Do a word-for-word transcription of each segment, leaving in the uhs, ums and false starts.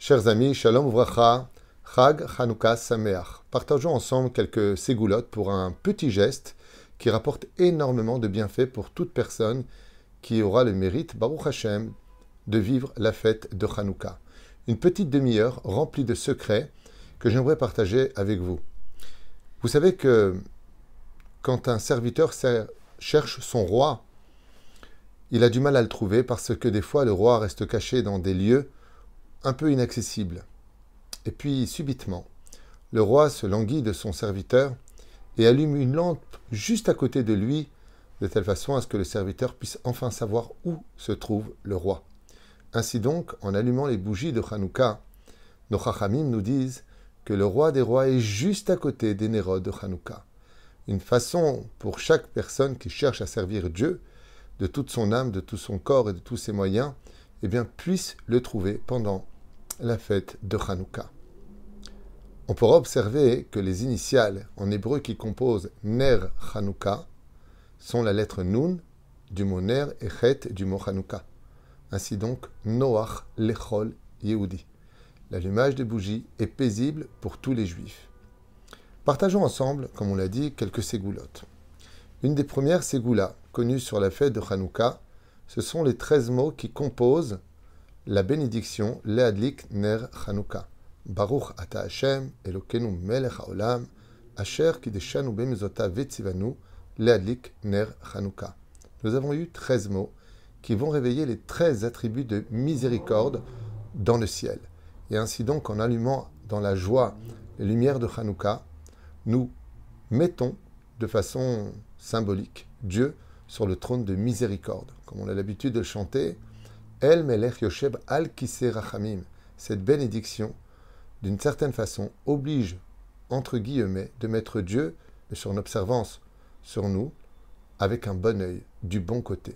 Chers amis, Shalom Uvracha, Chag Chanukah Sameach. Partageons ensemble quelques ségoulottes pour un petit geste qui rapporte énormément de bienfaits pour toute personne qui aura le mérite, Baruch Hashem, de vivre la fête de Chanukah. Une petite demi-heure remplie de secrets que j'aimerais partager avec vous. Vous savez que quand un serviteur cherche son roi, il a du mal à le trouver parce que des fois le roi reste caché dans des lieux un peu inaccessibles. Et puis subitement, le roi se languit de son serviteur et allume une lampe juste à côté de lui, de telle façon à ce que le serviteur puisse enfin savoir où se trouve le roi. Ainsi donc, en allumant les bougies de Chanukah, nos Chachamim nous disent que le roi des rois est juste à côté des Nérod de Chanukah. Une façon pour chaque personne qui cherche à servir Dieu, de toute son âme, de tout son corps et de tous ses moyens, eh bien, puisse le trouver pendant la fête de Chanukah. On pourra observer que les initiales en hébreu qui composent Ner Chanukah sont la lettre Nun du mot Ner et Chet du mot Chanukah. Ainsi donc, Noach Lechol Yehudi. L'allumage des bougies est paisible pour tous les Juifs. Partageons ensemble, comme on l'a dit, quelques ségoulottes. Une des premières ségoulas connues sur la fête de Chanukah, ce sont les treize mots qui composent la bénédiction Leadlik Ner Chanukah. Baruch ata Hashem, Elokeinu melech haolam, asher kideshanu bemizota vetzivanu, Leadlik Ner Chanukah. Nous avons eu treize mots qui vont réveiller les treize attributs de miséricorde dans le ciel. Et ainsi donc, en allumant dans la joie les lumières de Chanukah, nous mettons de façon symbolique Dieu sur le trône de miséricorde. Comme on a l'habitude de le chanter, El Melech Yosheb Al Kiseh Rachamim. Cette bénédiction, d'une certaine façon, oblige, entre guillemets, de mettre Dieu et son observance sur nous avec un bon œil, du bon côté.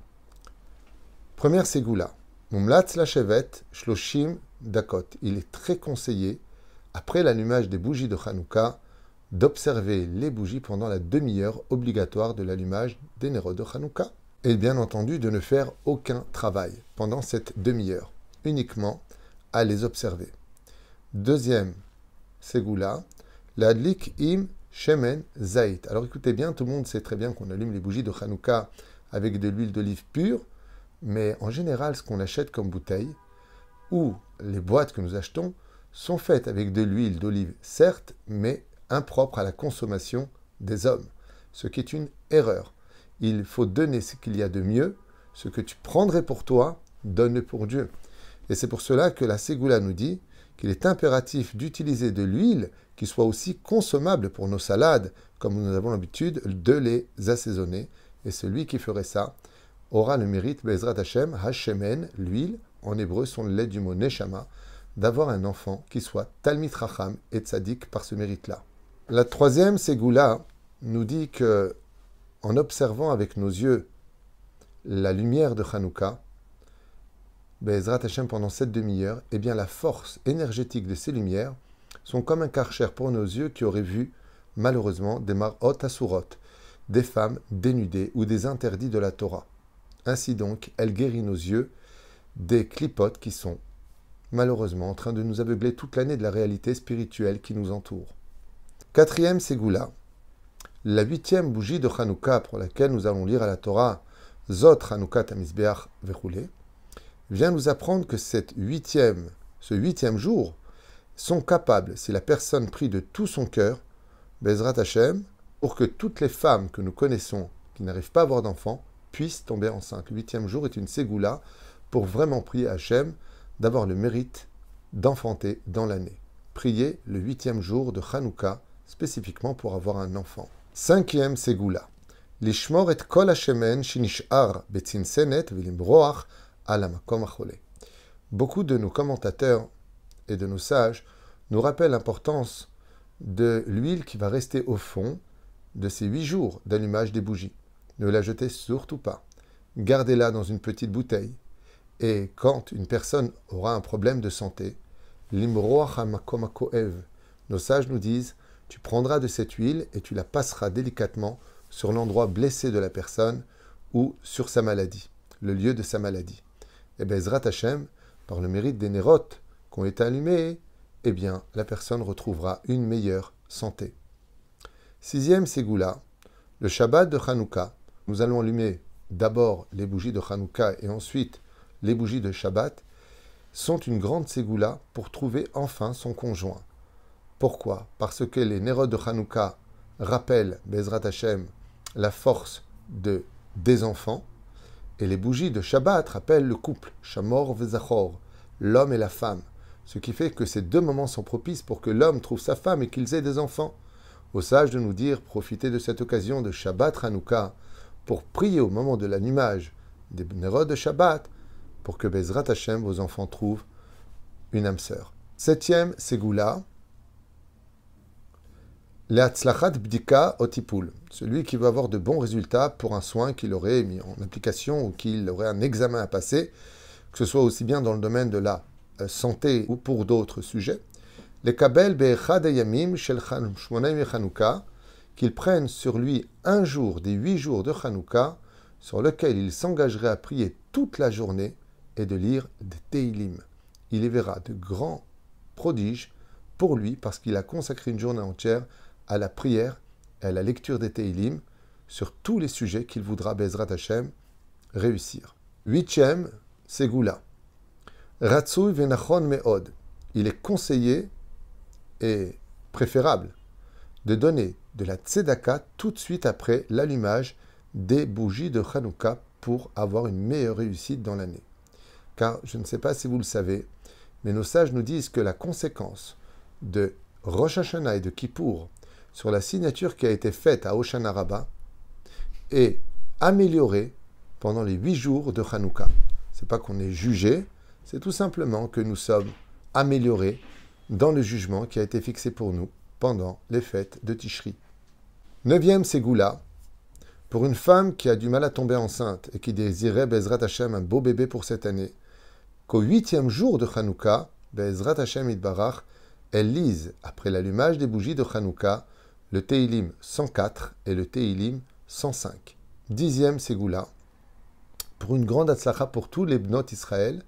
Première ségoula. Mumlatz Lachevet Shloshim Dakot. Il est très conseillé, après l'allumage des bougies de Chanukah, d'observer les bougies pendant la demi-heure obligatoire de l'allumage des Nérod de Chanukah. Et bien entendu de ne faire aucun travail pendant cette demi-heure, uniquement à les observer. Deuxième ségoula, l'adlik im shemen zait. Alors écoutez bien, tout le monde sait très bien qu'on allume les bougies de Chanukah avec de l'huile d'olive pure, mais en général, ce qu'on achète comme bouteille, ou les boîtes que nous achetons, sont faites avec de l'huile d'olive, certes, mais impropre à la consommation des hommes, ce qui est une erreur. Il faut donner ce qu'il y a de mieux, ce que tu prendrais pour toi, donne-le pour Dieu. Et c'est pour cela que la ségoula nous dit qu'il est impératif d'utiliser de l'huile qui soit aussi consommable pour nos salades, comme nous avons l'habitude de les assaisonner. Et celui qui ferait ça aura le mérite, Bezrat Hashem, Hashemen, l'huile, en hébreu sont le lait du mot Neshama, d'avoir un enfant qui soit Talmid Chacham et Tzadik par ce mérite-là. La troisième ségoula nous dit que en observant avec nos yeux la lumière de Chanukah, Be'ezrat Hashem pendant cette demi-heure, eh bien la force énergétique de ces lumières sont comme un karcher pour nos yeux qui auraient vu, malheureusement, des marot asurot, des femmes dénudées ou des interdits de la Torah. Ainsi donc, elle guérit nos yeux des clipotes qui sont, malheureusement, en train de nous aveugler toute l'année de la réalité spirituelle qui nous entoure. Quatrième ségoula. La huitième bougie de Chanukah pour laquelle nous allons lire à la Torah Zot Chanukah Tamizbeach Vechule vient nous apprendre que cette huitième, ce huitième jour sont capables, si la personne prie de tout son cœur, Bezrat Hashem, pour que toutes les femmes que nous connaissons qui n'arrivent pas à avoir d'enfants puissent tomber enceintes. Le huitième jour est une ségoula pour vraiment prier à Hashem d'avoir le mérite d'enfanter dans l'année. Prier le huitième jour de Chanukah spécifiquement pour avoir un enfant. Cinquième ségoula. Lishmor et kol hashemen shinishar betzinsenet v'limbroach al hamakom hachole. Beaucoup de nos commentateurs et de nos sages nous rappellent l'importance de l'huile qui va rester au fond de ces huit jours d'allumage des bougies. Ne la jetez surtout pas. Gardez-la dans une petite bouteille. Et quand une personne aura un problème de santé, limroach al hamakom hakoev, nos sages nous disent tu prendras de cette huile et tu la passeras délicatement sur l'endroit blessé de la personne ou sur sa maladie, le lieu de sa maladie. Et Bezrat Hashem, par le mérite des Nérot qui ont été allumées, eh bien, la personne retrouvera une meilleure santé. Sixième ségoula, le Shabbat de Hanouka. Nous allons allumer d'abord les bougies de Hanouka et ensuite les bougies de Shabbat, sont une grande ségoula pour trouver enfin son conjoint. Pourquoi? Parce que les Nérot de Hanouka rappellent, Bezrat Hashem, la force de, des enfants, et les bougies de Shabbat rappellent le couple, Shamor Vezachor, l'homme et la femme, ce qui fait que ces deux moments sont propices pour que l'homme trouve sa femme et qu'ils aient des enfants. Au sage de nous dire, profitez de cette occasion de Shabbat Hanouka pour prier au moment de l'allumage des Nérot de Shabbat pour que Bezrat Hashem, vos enfants, trouvent une âme sœur. Septième ségoula, Le'atzlachat bdika otipul, celui qui veut avoir de bons résultats pour un soin qu'il aurait mis en application ou qu'il aurait un examen à passer, que ce soit aussi bien dans le domaine de la santé ou pour d'autres sujets. Les kabel be'echad yamim shel shmonaim Chanouka, qu'il prenne sur lui un jour des huit jours de Chanouka, sur lequel il s'engagerait à prier toute la journée et de lire des Teilim. Il y verra de grands prodiges pour lui parce qu'il a consacré une journée entière à la prière et à la lecture des Teilim sur tous les sujets qu'il voudra, Bezrat Hashem, réussir. Huitième, ségoula. Ratzouy venachon meod. Il est conseillé et préférable de donner de la tzedaka tout de suite après l'allumage des bougies de Hanouka pour avoir une meilleure réussite dans l'année. Car, je ne sais pas si vous le savez, mais nos sages nous disent que la conséquence de Rosh Hashanah et de Kippour sur la signature qui a été faite à Hoshana Rabbah est améliorée pendant les huit jours de Hanouka. Ce n'est pas qu'on est jugé, c'est tout simplement que nous sommes améliorés dans le jugement qui a été fixé pour nous pendant les fêtes de Tishri. Neuvième ségoula, pour une femme qui a du mal à tomber enceinte et qui désirait Bezrat Hashem un beau bébé pour cette année, qu'au huitième jour de Hanouka, Bezrat Hashem Yitbarach, elle lise, après l'allumage des bougies de Hanouka, le Teilim cent quatre et le Teilim cent cinq. Dixième ségoula, pour une grande atzlacha pour tous les bnot Israël,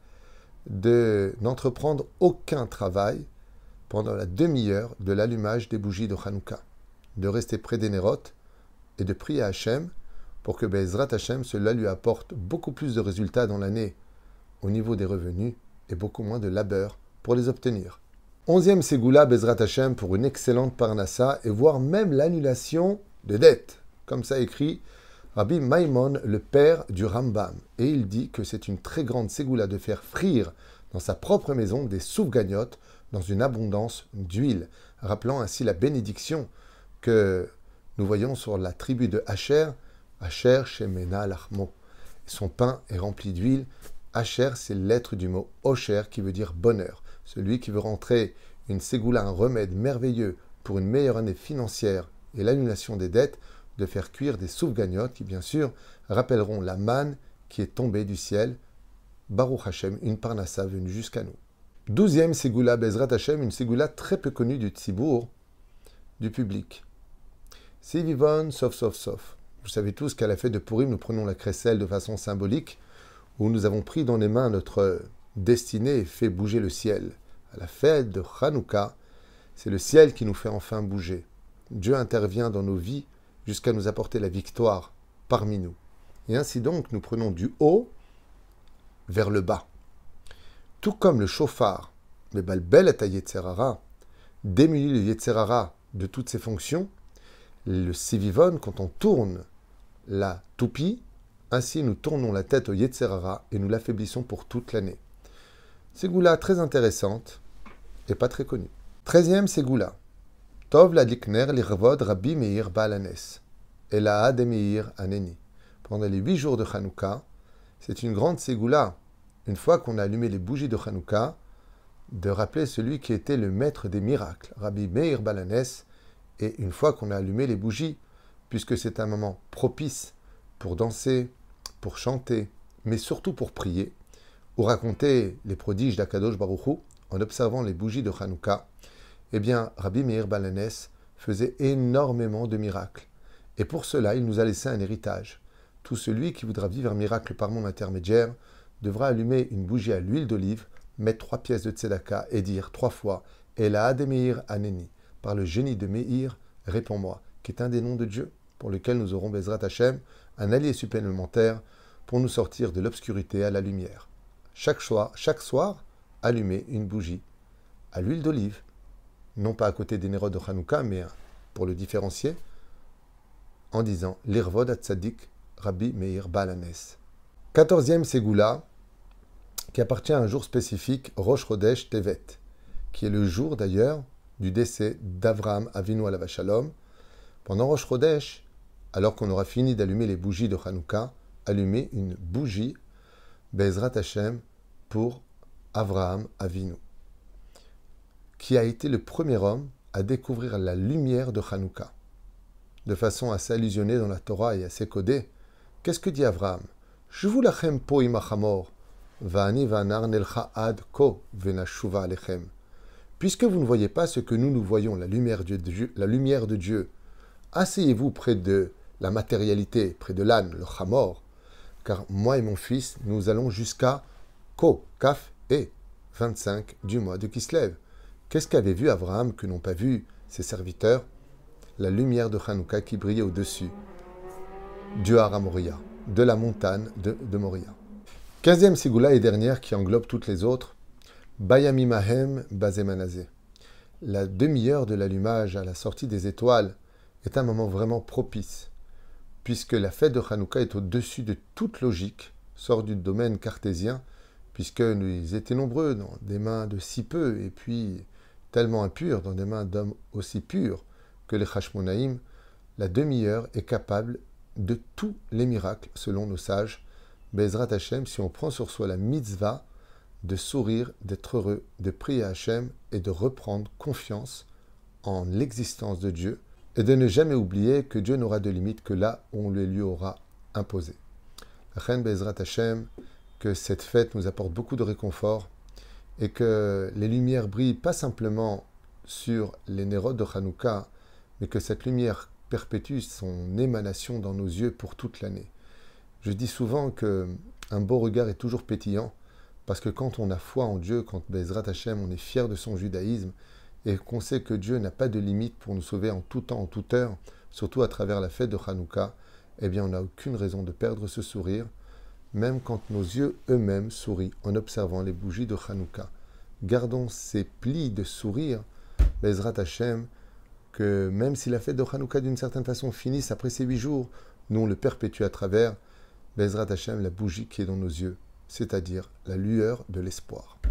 de n'entreprendre aucun travail pendant la demi-heure de l'allumage des bougies de Hanouka, de rester près des Nérot et de prier à Hashem pour que Bezrat Hashem, cela lui apporte beaucoup plus de résultats dans l'année au niveau des revenus et beaucoup moins de labeur pour les obtenir. Onzième ségoula, Bezrat Hashem, pour une excellente parnassa et voire même l'annulation de dettes. Comme ça écrit Rabbi Maimon, le père du Rambam. Et il dit que c'est une très grande ségoula de faire frire dans sa propre maison des soufgagnottes dans une abondance d'huile, rappelant ainsi la bénédiction que nous voyons sur la tribu de Asher, Asher Shemena Lachmo. Son pain est rempli d'huile. Asher, c'est la lettre du mot Osher qui veut dire bonheur. Celui qui veut rentrer une ségoula, un remède merveilleux pour une meilleure année financière et l'annulation des dettes, de faire cuire des soufgagnottes qui, bien sûr, rappelleront la manne qui est tombée du ciel, Baruch Hashem, une parnassa venue jusqu'à nous. Douzième ségoula, Bezrat Hashem, une ségoula très peu connue du tzibour, du public. Si vivon, sauf, sauf, sauf. Vous savez tous qu'à la fête de Purim, nous prenons la crécelle de façon symbolique, où nous avons pris dans les mains notre destinée et fait bouger le ciel. À la fête de Hanouka, c'est le ciel qui nous fait enfin bouger. Dieu intervient dans nos vies jusqu'à nous apporter la victoire parmi nous. Et ainsi donc, nous prenons du haut vers le bas. Tout comme le chauffard, mais balbel et yetzerara, démulit le yetzerara de toutes ses fonctions, le sivivon, quand on tourne la toupie, ainsi nous tournons la tête au yetzerara et nous l'affaiblissons pour toute l'année. Ségoula très intéressante et pas très connue. Treizième ségoula. Tov la dikner l'irvod Rabbi Meir Balanes. Ela de Meir Aneni. Pendant les huit jours de Hanouka, c'est une grande ségoula, une fois qu'on a allumé les bougies de Hanouka, de rappeler celui qui était le maître des miracles, Rabbi Meir Balanes, et une fois qu'on a allumé les bougies, puisque c'est un moment propice pour danser, pour chanter, mais surtout pour prier, ou raconter les prodiges d'Akadosh Baruch Hu, en observant les bougies de Hanouka, eh bien, Rabbi Meir Balanes faisait énormément de miracles. Et pour cela, il nous a laissé un héritage. Tout celui qui voudra vivre un miracle par mon intermédiaire devra allumer une bougie à l'huile d'olive mettre trois pièces de tzedaka et dire trois fois Ela de Meir Aneni, par le génie de Meir, réponds-moi, qui est un des noms de Dieu, pour lequel nous aurons Bezrat Hashem, un allié supplémentaire pour nous sortir de l'obscurité à la lumière. Chaque soir, chaque soir, allumer une bougie à l'huile d'olive, non pas à côté des nérodes de Hanouka, mais pour le différencier, en disant L'Irvod Hatzadik Rabbi Meir Balanes. Quatorzième Ségoula, qui appartient à un jour spécifique, Rosh Chodesh Tevet, qui est le jour d'ailleurs du décès d'Avraham Avinu alav Shalom. Pendant Rosh Chodesh, alors qu'on aura fini d'allumer les bougies de Hanouka, allumer une bougie Bezrat Hashem pour Avraham Avinu, qui a été le premier homme à découvrir la lumière de Hanouka, de façon à s'allusionner dans la Torah et à s'écoder. Qu'est-ce que dit Avraham? Shvu lachem po imachamor, va'ani va'anar nelcha ad ko venashuva alechem. Puisque vous ne voyez pas ce que nous, nous voyons, la lumière de Dieu, la lumière de Dieu, asseyez-vous près de la matérialité, près de l'âne, le chamor, car moi et mon fils, nous allons jusqu'à Ko, Kaf et vingt-cinq du mois de Kislev. Qu'est-ce qu'avait vu Abraham que n'ont pas vu ses serviteurs? La lumière de Hanouka qui brillait au-dessus du Har Moria, de la montagne de, de Moria. Quinzième Ségoula et dernière qui englobe toutes les autres, Bayamimahem Bazemanazé. La demi-heure de l'allumage à la sortie des étoiles est un moment vraiment propice, puisque la fête de Hanouka est au-dessus de toute logique, sort du domaine cartésien, puisque nous étions nombreux dans des mains de si peu, et puis tellement impurs dans des mains d'hommes aussi purs que les Hashmonaïm. La demi-heure est capable de tous les miracles, selon nos sages. Bezrat Hashem, si on prend sur soi la mitzvah de sourire, d'être heureux, de prier à Hashem et de reprendre confiance en l'existence de Dieu et de ne jamais oublier que Dieu n'aura de limite que là où on le lui aura imposé. Achen Bezrat Hashem, que cette fête nous apporte beaucoup de réconfort et que les lumières brillent pas simplement sur les nérodes de Hanouka, mais que cette lumière perpétue son émanation dans nos yeux pour toute l'année. Je dis souvent qu'un beau regard est toujours pétillant, parce que quand on a foi en Dieu, quand Bezrat Hashem, on est fier de son judaïsme, et qu'on sait que Dieu n'a pas de limite pour nous sauver en tout temps, en toute heure, surtout à travers la fête de Hanouka, eh bien on n'a aucune raison de perdre ce sourire, même quand nos yeux eux-mêmes sourient en observant les bougies de Hanouka. Gardons ces plis de sourire, Bezrat Hashem, que même si la fête de Hanouka d'une certaine façon finisse après ces huit jours, nous on le perpétue à travers Bezrat Hashem, la bougie qui est dans nos yeux, c'est-à-dire la lueur de l'espoir.